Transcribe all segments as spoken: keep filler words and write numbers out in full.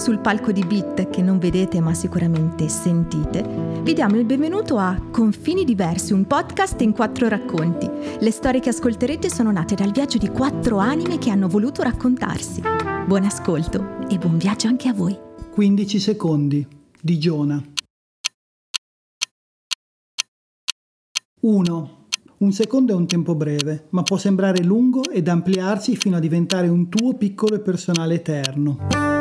sul palco di Beat, che non vedete ma sicuramente sentite, vi diamo il benvenuto a Confini Diversi, un podcast in quattro racconti. Le storie che ascolterete sono nate dal viaggio di quattro anime che hanno voluto raccontarsi. Buon ascolto e buon viaggio anche a voi. quindici secondi di Giona. uno. Un secondo è un tempo breve, ma può sembrare lungo ed ampliarsi fino a diventare un tuo piccolo e personale eterno.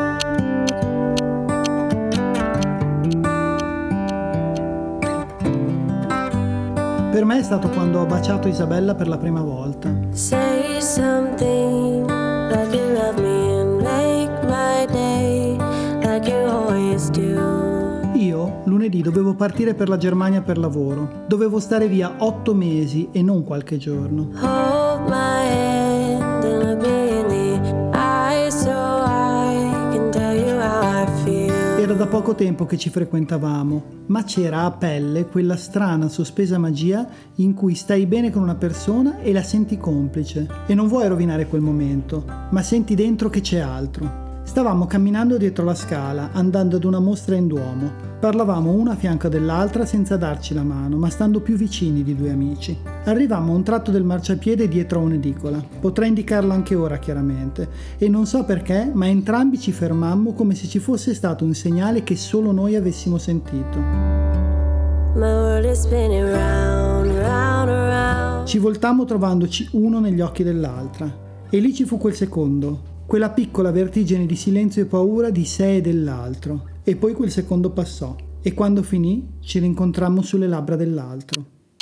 Per me è stato quando ho baciato Isabella per la prima volta. Say something like you love me and make my day like you always do. Io, lunedì, dovevo partire per la Germania per lavoro. Dovevo stare via otto mesi e non qualche giorno. Hold my hand and look me in the eye so I can tell you how I feel. Era da poco tempo che ci frequentavamo, ma c'era a pelle quella strana sospesa magia in cui stai bene con una persona e la senti complice. E non vuoi rovinare quel momento, ma senti dentro che c'è altro. Stavamo camminando dietro la scala, andando ad una mostra in Duomo. Parlavamo una a fianco dell'altra senza darci la mano, ma stando più vicini di due amici. Arrivammo a un tratto del marciapiede dietro a un'edicola. Potrei indicarlo anche ora, chiaramente. E non so perché, ma entrambi ci fermammo come se ci fosse stato un segnale che solo noi avessimo sentito. My world is spinning round, round, round. Ci voltammo trovandoci uno negli occhi dell'altra. E lì ci fu quel secondo. Quella piccola vertigine di silenzio e paura di sé e dell'altro. E poi quel secondo passò. E quando finì, ci rincontrammo sulle labbra dell'altro.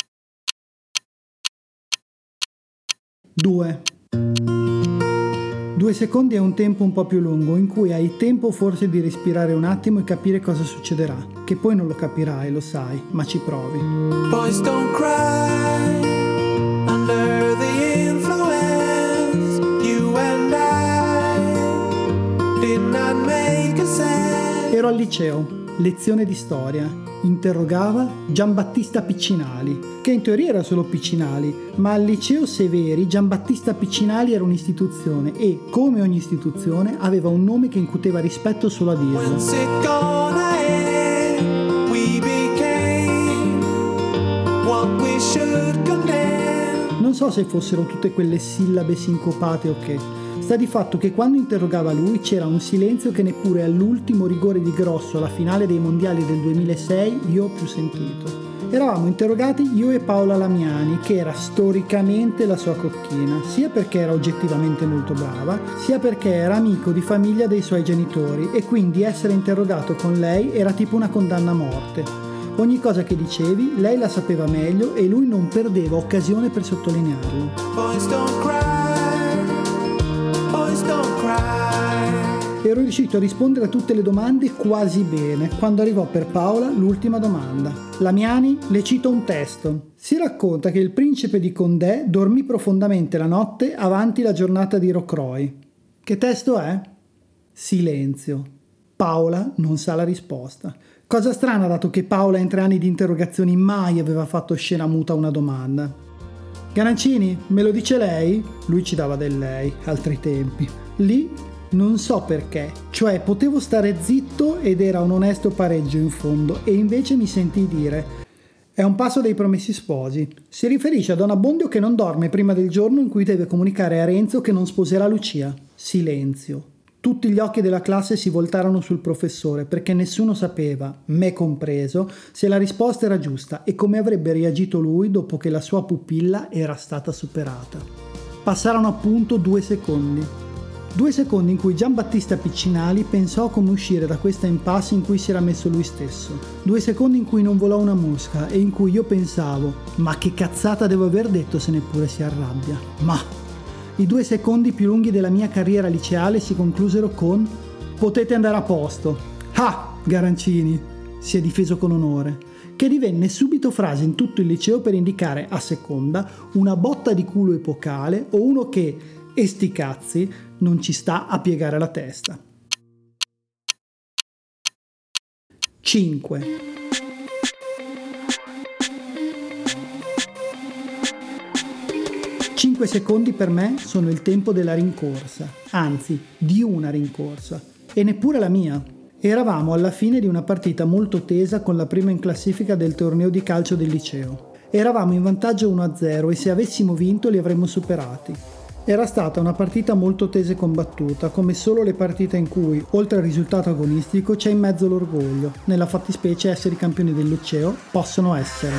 Due. Due secondi è un tempo un po' più lungo, in cui hai tempo forse di respirare un attimo e capire cosa succederà. Che poi non lo capirai, lo sai, ma ci provi. Boys don't cry under the influence. You and I did not make a sense. Ero al liceo, lezione di storia. Interrogava Giambattista Piccinali, che in teoria era solo Piccinali, ma al liceo Severi Giambattista Piccinali era un'istituzione e, come ogni istituzione, aveva un nome che incuteva rispetto solo a dirlo. When's it gonna end? We became what we should condemn. Non so se fossero tutte quelle sillabe sincopate o che. Sta di fatto che quando interrogava lui c'era un silenzio che neppure all'ultimo rigore di Grosso alla finale dei mondiali del duemilasei io ho più sentito. Eravamo interrogati io e Paola Lamiani, che era storicamente la sua cocchina, sia perché era oggettivamente molto brava, sia perché era amico di famiglia dei suoi genitori e quindi essere interrogato con lei era tipo una condanna a morte. Ogni cosa che dicevi, lei la sapeva meglio e lui non perdeva occasione per sottolinearlo. Boys don't cry, boys don't cry. Ero riuscito a rispondere a tutte le domande quasi bene, quando arrivò per Paola l'ultima domanda. Lamiani le cito un testo. Si racconta che il principe di Condé dormì profondamente la notte avanti la giornata di Rocroi. Che testo è? Silenzio. Paola non sa la risposta. Cosa strana, dato che Paola in tre anni di interrogazioni mai aveva fatto scena muta a una domanda. Garancini, me lo dice lei? Lui ci dava del lei, altri tempi. Lì non so perché, cioè potevo stare zitto ed era un onesto pareggio in fondo e invece mi sentii dire: è un passo dei Promessi Sposi. Si riferisce a Don Abbondio che non dorme prima del giorno in cui deve comunicare a Renzo che non sposerà Lucia. Silenzio. Tutti gli occhi della classe si voltarono sul professore perché nessuno sapeva, me compreso, se la risposta era giusta e come avrebbe reagito lui dopo che la sua pupilla era stata superata. Passarono appunto due secondi. Due secondi in cui Giambattista Piccinali pensò come uscire da questa impasse in cui si era messo lui stesso. Due secondi in cui non volò una mosca e in cui io pensavo: ma che cazzata devo aver detto se neppure si arrabbia? Ma... I due secondi più lunghi della mia carriera liceale si conclusero con: potete andare a posto. Ah, Garancini, si è difeso con onore, che divenne subito frase in tutto il liceo per indicare a seconda una botta di culo epocale o uno che, e sti cazzi, non ci sta a piegare la testa. cinque. cinque secondi per me sono il tempo della rincorsa, anzi, di una rincorsa, e neppure la mia. Eravamo alla fine di una partita molto tesa con la prima in classifica del torneo di calcio del liceo. Eravamo in vantaggio uno a zero e se avessimo vinto li avremmo superati. Era stata una partita molto tesa e combattuta, come solo le partite in cui, oltre al risultato agonistico, c'è in mezzo l'orgoglio, nella fattispecie essere i campioni del liceo, possono essere.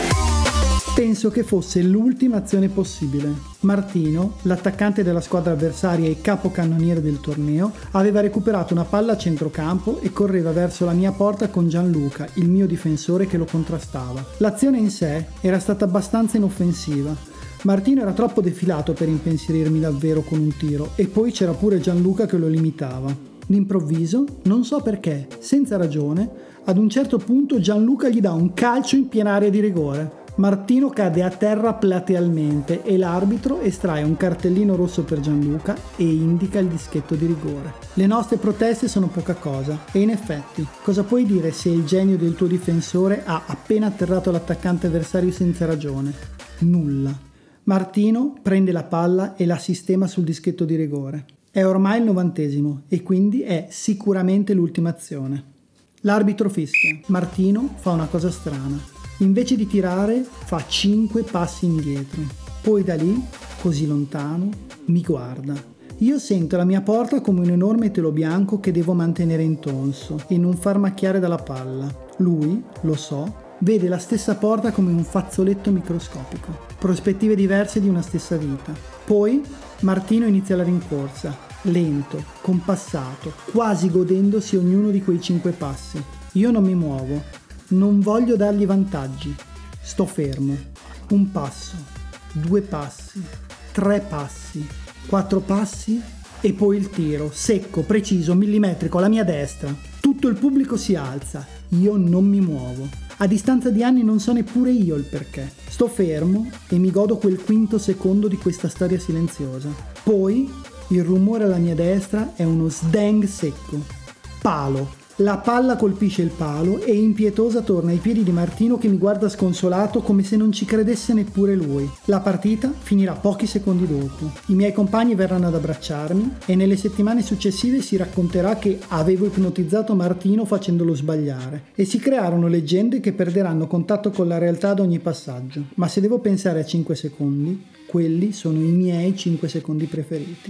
Penso che fosse l'ultima azione possibile. Martino, l'attaccante della squadra avversaria e capocannoniere del torneo, aveva recuperato una palla a centrocampo e correva verso la mia porta con Gianluca, il mio difensore, che lo contrastava. L'azione in sé era stata abbastanza inoffensiva. Martino era troppo defilato per impensierirmi davvero con un tiro e poi c'era pure Gianluca che lo limitava. D'improvviso, non so perché, senza ragione, ad un certo punto Gianluca gli dà un calcio in piena area di rigore. Martino cade a terra platealmente e l'arbitro estrae un cartellino rosso per Gianluca e indica il dischetto di rigore. Le nostre proteste sono poca cosa e in effetti, cosa puoi dire se il genio del tuo difensore ha appena atterrato l'attaccante avversario senza ragione? Nulla. Martino prende la palla e la sistema sul dischetto di rigore. È ormai il novantesimo e quindi è sicuramente l'ultima azione. L'arbitro fischia. Martino fa una cosa strana. Invece di tirare, fa cinque passi indietro. Poi da lì, così lontano, mi guarda. Io sento la mia porta come un enorme telo bianco che devo mantenere intonso e non far macchiare dalla palla. Lui, lo so, vede la stessa porta come un fazzoletto microscopico. Prospettive diverse di una stessa vita. Poi Martino inizia la rincorsa, lento, compassato, quasi godendosi ognuno di quei cinque passi. Io non mi muovo, non voglio dargli vantaggi. Sto fermo. Un passo, due passi, tre passi, quattro passi e poi il tiro, secco, preciso, millimetrico, alla mia destra. Tutto il pubblico si alza. Io non mi muovo. A distanza di anni non so neppure io il perché. Sto fermo e mi godo quel quinto secondo di questa storia silenziosa. Poi il rumore alla mia destra è uno sdang secco. Palo. La palla colpisce il palo e impietosa torna ai piedi di Martino che mi guarda sconsolato come se non ci credesse neppure lui. La partita finirà pochi secondi dopo. I miei compagni verranno ad abbracciarmi e nelle settimane successive si racconterà che avevo ipnotizzato Martino facendolo sbagliare e si crearono leggende che perderanno contatto con la realtà ad ogni passaggio. Ma se devo pensare a cinque secondi, quelli sono i miei cinque secondi preferiti.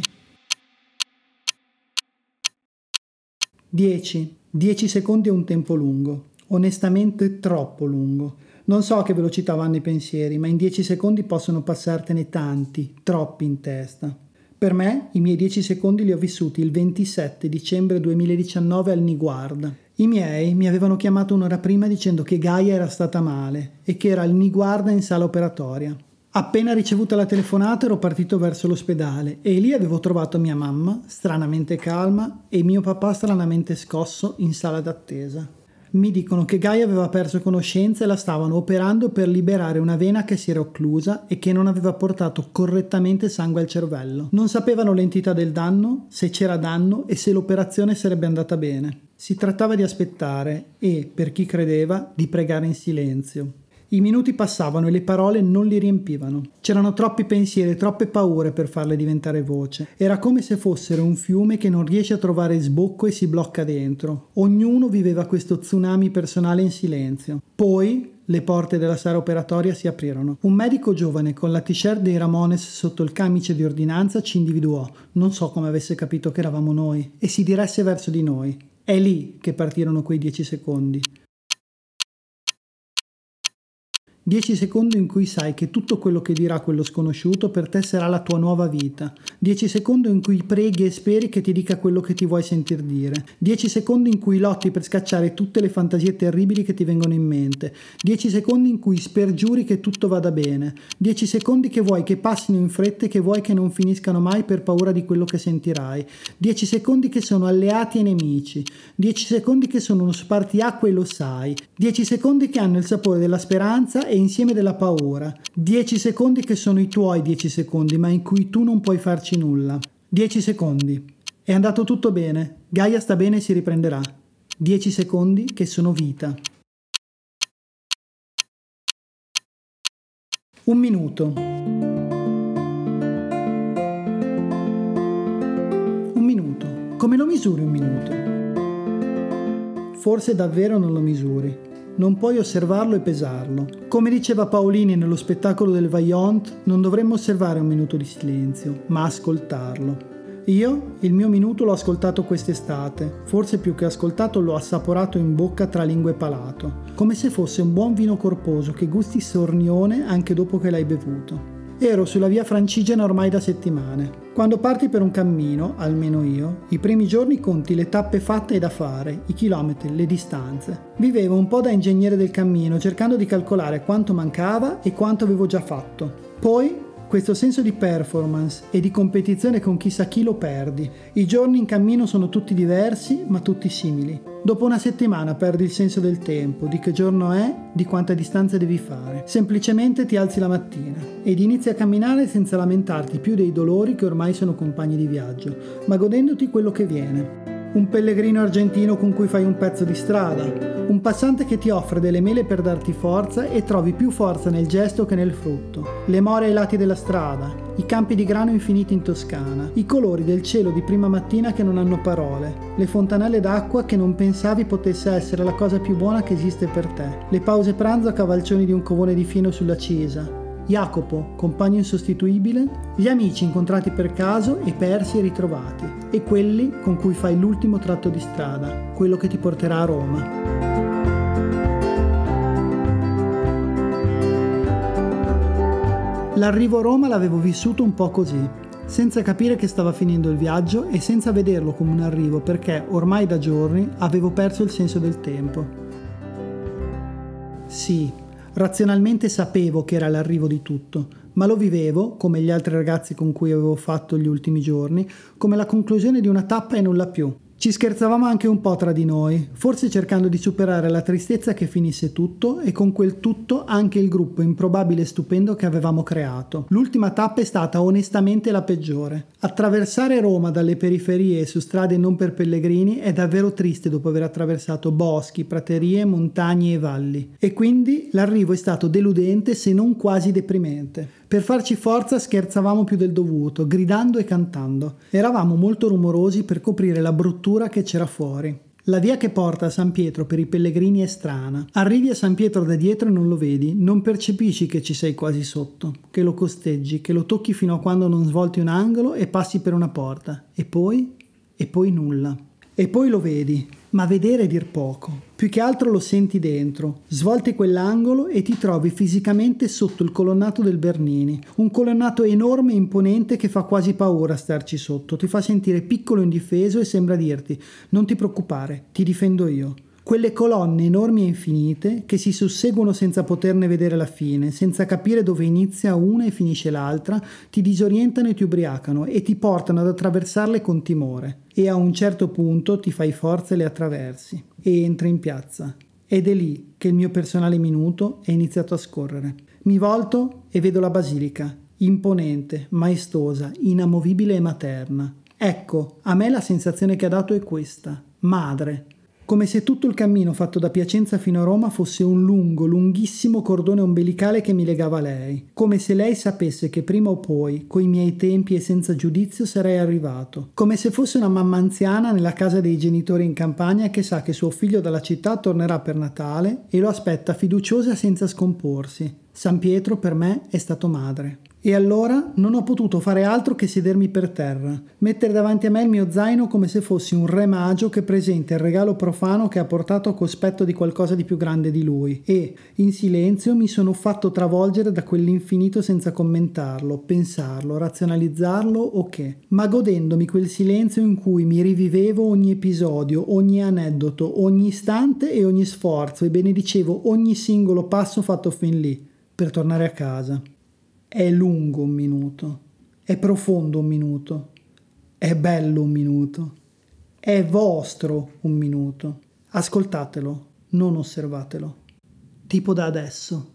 dieci. dieci secondi è un tempo lungo, onestamente troppo lungo. Non so che velocità vanno i pensieri, ma in dieci secondi possono passartene tanti, troppi in testa. Per me, i miei dieci secondi li ho vissuti il ventisette dicembre duemiladiciannove al Niguarda. I miei mi avevano chiamato un'ora prima dicendo che Gaia era stata male e che era al Niguarda in sala operatoria. Appena ricevuta la telefonata ero partito verso l'ospedale e lì avevo trovato mia mamma, stranamente calma, e mio papà stranamente scosso in sala d'attesa. Mi dicono che Gaia aveva perso conoscenza e la stavano operando per liberare una vena che si era occlusa e che non aveva portato correttamente sangue al cervello. Non sapevano l'entità del danno, se c'era danno e se l'operazione sarebbe andata bene. Si trattava di aspettare e, per chi credeva, di pregare in silenzio. I minuti passavano e le parole non li riempivano. C'erano troppi pensieri e troppe paure per farle diventare voce. Era come se fossero un fiume che non riesce a trovare sbocco e si blocca dentro. Ognuno viveva questo tsunami personale in silenzio. Poi le porte della sala operatoria si aprirono. Un medico giovane con la t-shirt dei Ramones sotto il camice di ordinanza ci individuò. Non so come avesse capito che eravamo noi e si diresse verso di noi. È lì che partirono quei dieci secondi. Dieci secondi in cui sai che tutto quello che dirà quello sconosciuto per te sarà la tua nuova vita. Dieci secondi in cui preghi e speri che ti dica quello che ti vuoi sentir dire. Dieci secondi in cui lotti per scacciare tutte le fantasie terribili che ti vengono in mente. Dieci secondi in cui spergiuri che tutto vada bene. Dieci secondi che vuoi che passino in fretta e che vuoi che non finiscano mai per paura di quello che sentirai. Dieci secondi che sono alleati e nemici. Dieci secondi che sono uno spartiacque e lo sai. Dieci secondi che hanno il sapore della speranza e insieme della paura. Dieci secondi che sono i tuoi dieci secondi, ma in cui tu non puoi farci nulla. Dieci secondi. È andato tutto bene. Gaia sta bene e si riprenderà. Dieci secondi che sono vita. Un minuto. Un minuto. Come lo misuri un minuto? forse davvero non lo misuri. Non puoi osservarlo e pesarlo. Come diceva Paolini nello spettacolo del Vaillant, non dovremmo osservare un minuto di silenzio, ma ascoltarlo. Io il mio minuto l'ho ascoltato quest'estate, forse più che ascoltato l'ho assaporato in bocca tra lingua e palato, come se fosse un buon vino corposo che gusti sornione anche dopo che l'hai bevuto. Ero sulla via Francigena ormai da settimane. Quando parti per un cammino, almeno io, i primi giorni conti le tappe fatte e da fare, i chilometri, le distanze. Vivevo un po' da ingegnere del cammino, cercando di calcolare quanto mancava e quanto avevo già fatto. Poi questo senso di performance e di competizione con chissà chi lo perdi. I giorni in cammino sono tutti diversi, ma tutti simili. Dopo una settimana perdi il senso del tempo, di che giorno è, di quanta distanza devi fare. Semplicemente ti alzi la mattina ed inizi a camminare senza lamentarti più dei dolori che ormai sono compagni di viaggio, ma godendoti quello che viene. Un pellegrino argentino con cui fai un pezzo di strada, un passante che ti offre delle mele per darti forza e trovi più forza nel gesto che nel frutto, le more ai lati della strada, i campi di grano infiniti in Toscana, i colori del cielo di prima mattina che non hanno parole, le fontanelle d'acqua che non pensavi potesse essere la cosa più buona che esiste per te, le pause pranzo a cavalcioni di un covone di fieno sulla Cisa, Jacopo, compagno insostituibile, gli amici incontrati per caso e persi e ritrovati, e quelli con cui fai l'ultimo tratto di strada, quello che ti porterà a Roma. L'arrivo a Roma l'avevo vissuto un po' così, senza capire che stava finendo il viaggio e senza vederlo come un arrivo perché ormai da giorni avevo perso il senso del tempo. Sì, razionalmente sapevo che era l'arrivo di tutto, ma lo vivevo, come gli altri ragazzi con cui avevo fatto gli ultimi giorni, come la conclusione di una tappa e nulla più. Ci scherzavamo anche un po' tra di noi, forse cercando di superare la tristezza che finisse tutto e con quel tutto anche il gruppo improbabile e stupendo che avevamo creato. L'ultima tappa è stata onestamente la peggiore. Attraversare Roma dalle periferie e su strade non per pellegrini è davvero triste dopo aver attraversato boschi, praterie, montagne e valli. E quindi l'arrivo è stato deludente se non quasi deprimente. Per farci forza scherzavamo più del dovuto, gridando e cantando. Eravamo molto rumorosi per coprire la bruttura che c'era fuori. La via che porta a San Pietro per i pellegrini è strana. Arrivi a San Pietro da dietro e non lo vedi, non percepisci che ci sei quasi sotto, che lo costeggi, che lo tocchi fino a quando non svolti un angolo e passi per una porta. E poi? E poi nulla. E poi lo vedi, ma vedere è dir poco. Più che altro lo senti dentro. Svolti quell'angolo e ti trovi fisicamente sotto il colonnato del Bernini. Un colonnato enorme e imponente che fa quasi paura starci sotto. Ti fa sentire piccolo e indifeso e sembra dirti: non ti preoccupare, ti difendo io. Quelle colonne enormi e infinite che si susseguono senza poterne vedere la fine, senza capire dove inizia una e finisce l'altra, ti disorientano e ti ubriacano e ti portano ad attraversarle con timore. E a un certo punto ti fai forza e le attraversi e entri in piazza. Ed è lì che il mio personale minuto è iniziato a scorrere. Mi volto e vedo la basilica, imponente, maestosa, inamovibile e materna. Ecco, a me la sensazione che ha dato è questa: madre. Come se tutto il cammino fatto da Piacenza fino a Roma fosse un lungo, lunghissimo cordone ombelicale che mi legava a lei. Come se lei sapesse che prima o poi, coi miei tempi e senza giudizio, sarei arrivato. Come se fosse una mamma anziana nella casa dei genitori in campagna che sa che suo figlio dalla città tornerà per Natale e lo aspetta fiduciosa senza scomporsi. San Pietro per me è stato madre. E allora non ho potuto fare altro che sedermi per terra, mettere davanti a me il mio zaino come se fossi un re magio che presenta il regalo profano che ha portato a cospetto di qualcosa di più grande di lui e, in silenzio, mi sono fatto travolgere da quell'infinito senza commentarlo, pensarlo, razionalizzarlo o che, ma godendomi quel silenzio in cui mi rivivevo ogni episodio, ogni aneddoto, ogni istante e ogni sforzo e benedicevo ogni singolo passo fatto fin lì, per tornare a casa. È lungo un minuto, è profondo un minuto, è bello un minuto, è vostro un minuto. Ascoltatelo, non osservatelo. Tipo da adesso.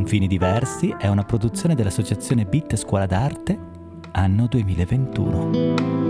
Confini diversi è una produzione dell'associazione Beat Scuola d'Arte, anno duemilaventuno.